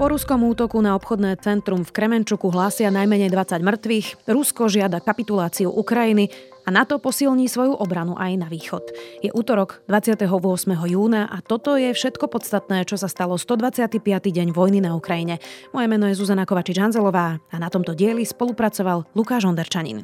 Po ruskom útoku na obchodné centrum v Kremenčuku hlásia najmenej 20 mŕtvych, Rusko žiada kapituláciu Ukrajiny a NATO posilní svoju obranu aj na východ. Je útorok 28. júna a toto je všetko podstatné, čo sa stalo 125. deň vojny na Ukrajine. Moje meno je Zuzana Kovačič-Hanzelová a na tomto dieli spolupracoval Lukáš Onderčanin.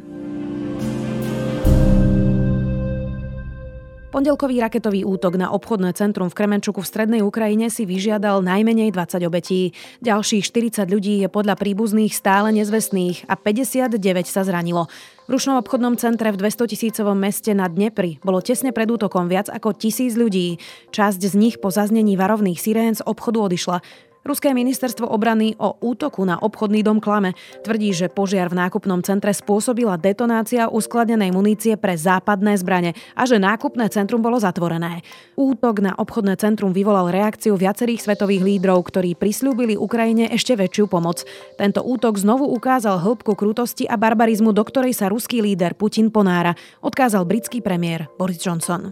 Pondelkový raketový útok na obchodné centrum v Kremenčuku v strednej Ukrajine si vyžiadal najmenej 20 obetí. Ďalších 40 ľudí je podľa príbuzných stále nezvestných a 59 sa zranilo. V rušnom obchodnom centre v 200-tisícovom meste na Dnepri bolo tesne pred útokom viac ako 1000 ľudí. Časť z nich po zaznení varovných sirén z obchodu odišla. Ruské ministerstvo obrany o útoku na obchodný dom klame. Tvrdí, že požiar v nákupnom centre spôsobila detonácia uskladnenej munície pre západné zbrane a že nákupné centrum bolo zatvorené. Útok na obchodné centrum vyvolal reakciu viacerých svetových lídrov, ktorí prisľúbili Ukrajine ešte väčšiu pomoc. Tento útok znovu ukázal hĺbku krutosti a barbarizmu, do ktorej sa ruský líder Putin ponára, odkázal britský premiér Boris Johnson.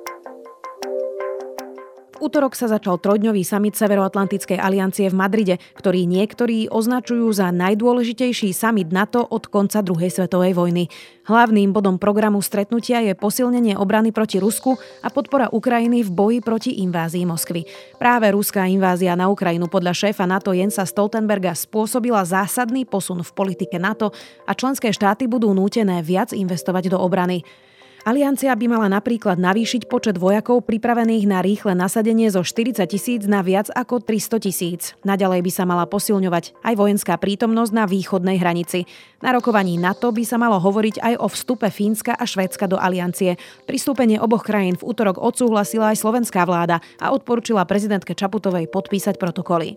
V útorok sa začal trojdňový samit Severoatlantickej aliancie v Madride, ktorý niektorí označujú za najdôležitejší samit NATO od konca druhej svetovej vojny. Hlavným bodom programu stretnutia je posilnenie obrany proti Rusku a podpora Ukrajiny v boji proti invázii Moskvy. Práve ruská invázia na Ukrajinu podľa šéfa NATO Jensa Stoltenberga spôsobila zásadný posun v politike NATO a členské štáty budú nútené viac investovať do obrany. Aliancia by mala napríklad navýšiť počet vojakov pripravených na rýchle nasadenie zo 40 000 na viac ako 300 000. Naďalej by sa mala posilňovať aj vojenská prítomnosť na východnej hranici. Na rokovaní NATO by sa malo hovoriť aj o vstupe Fínska a Švédska do aliancie. Pristúpenie oboch krajín v útorok odsúhlasila aj slovenská vláda a odporúčila prezidentke Čaputovej podpísať protokoly.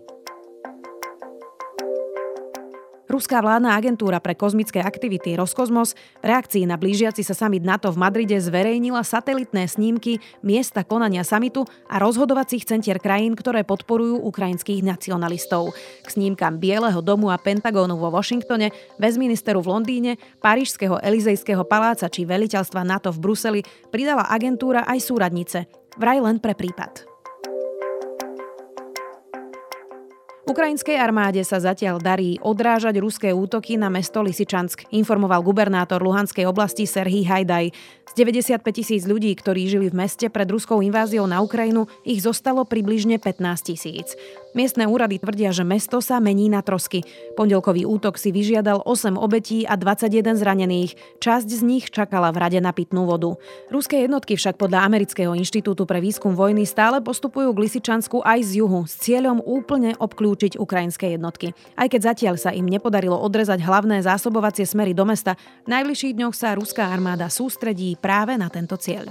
Ruská vládna agentúra pre kozmické aktivity Roskosmos v reakcii na blížiaci sa samit NATO v Madride zverejnila satelitné snímky miesta konania samitu a rozhodovacích centier krajín, ktoré podporujú ukrajinských nacionalistov. K snímkam Bieleho domu a Pentagónu vo Washingtone, Westminsteru v Londýne, Parížskeho Elizejského paláca či veliteľstva NATO v Bruseli pridala agentúra aj súradnice. Vraj len pre prípad. Ukrajinskej armáde sa zatiaľ darí odrážať ruské útoky na mesto Lysyčansk, informoval gubernátor Luhanskej oblasti Serhij Hajdaj. Z 95 000 ľudí, ktorí žili v meste pred ruskou inváziou na Ukrajinu, ich zostalo približne 15 000. Miestne úrady tvrdia, že mesto sa mení na trosky. Pondelkový útok si vyžiadal 8 obetí a 21 zranených. Časť z nich čakala v rade na pitnú vodu. Ruské jednotky však podľa Amerického inštitútu pre výskum vojny stále postupujú k Lysyčansku aj z juhu s cieľom úplne obklúčiť ukrajinské jednotky. Aj keď zatiaľ sa im nepodarilo odrezať hlavné zásobovacie smery do mesta, v najbližších dňoch sa ruská armáda sústredí práve na tento cieľ.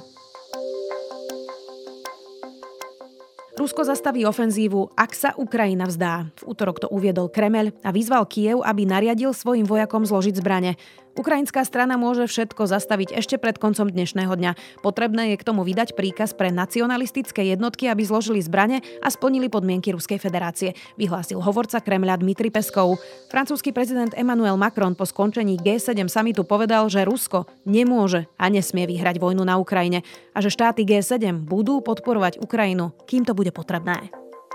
Rusko zastaví ofenzívu, ak sa Ukrajina vzdá. V útorok to uviedol Kremeľ a vyzval Kyjev, aby nariadil svojim vojakom zložiť zbrane. Ukrajinská strana môže všetko zastaviť ešte pred koncom dnešného dňa. Potrebné je k tomu vydať príkaz pre nacionalistické jednotky, aby zložili zbrane a splnili podmienky Ruskej federácie, vyhlásil hovorca Kremľa Dmitrij Peskov. Francúzsky prezident Emmanuel Macron po skončení G7 samitu povedal, že Rusko nemôže a nesmie vyhrať vojnu na Ukrajine a že štáty G7 budú podporovať Ukrajinu, kým to bude potrebné.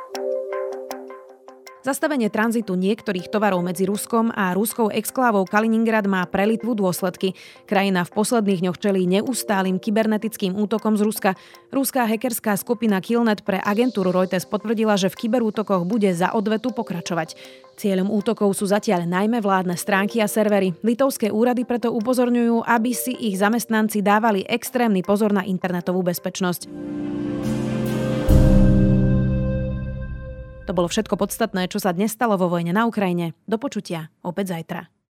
Zastavenie tranzitu niektorých tovarov medzi Ruskom a ruskou exklávou Kaliningrad má pre Litvu dôsledky. Krajina v posledných dňoch čelí neustálym kybernetickým útokom z Ruska. Ruská hackerská skupina Killnet pre agentúru Reuters potvrdila, že v kyberútokoch bude za odvetu pokračovať. Cieľom útokov sú zatiaľ najmä vládne stránky a servery. Litovské úrady preto upozorňujú, aby si ich zamestnanci dávali extrémny pozor na internetovú bezpečnosť. To bolo všetko podstatné, čo sa dnes stalo vo vojne na Ukrajine. Do počutia opäť zajtra.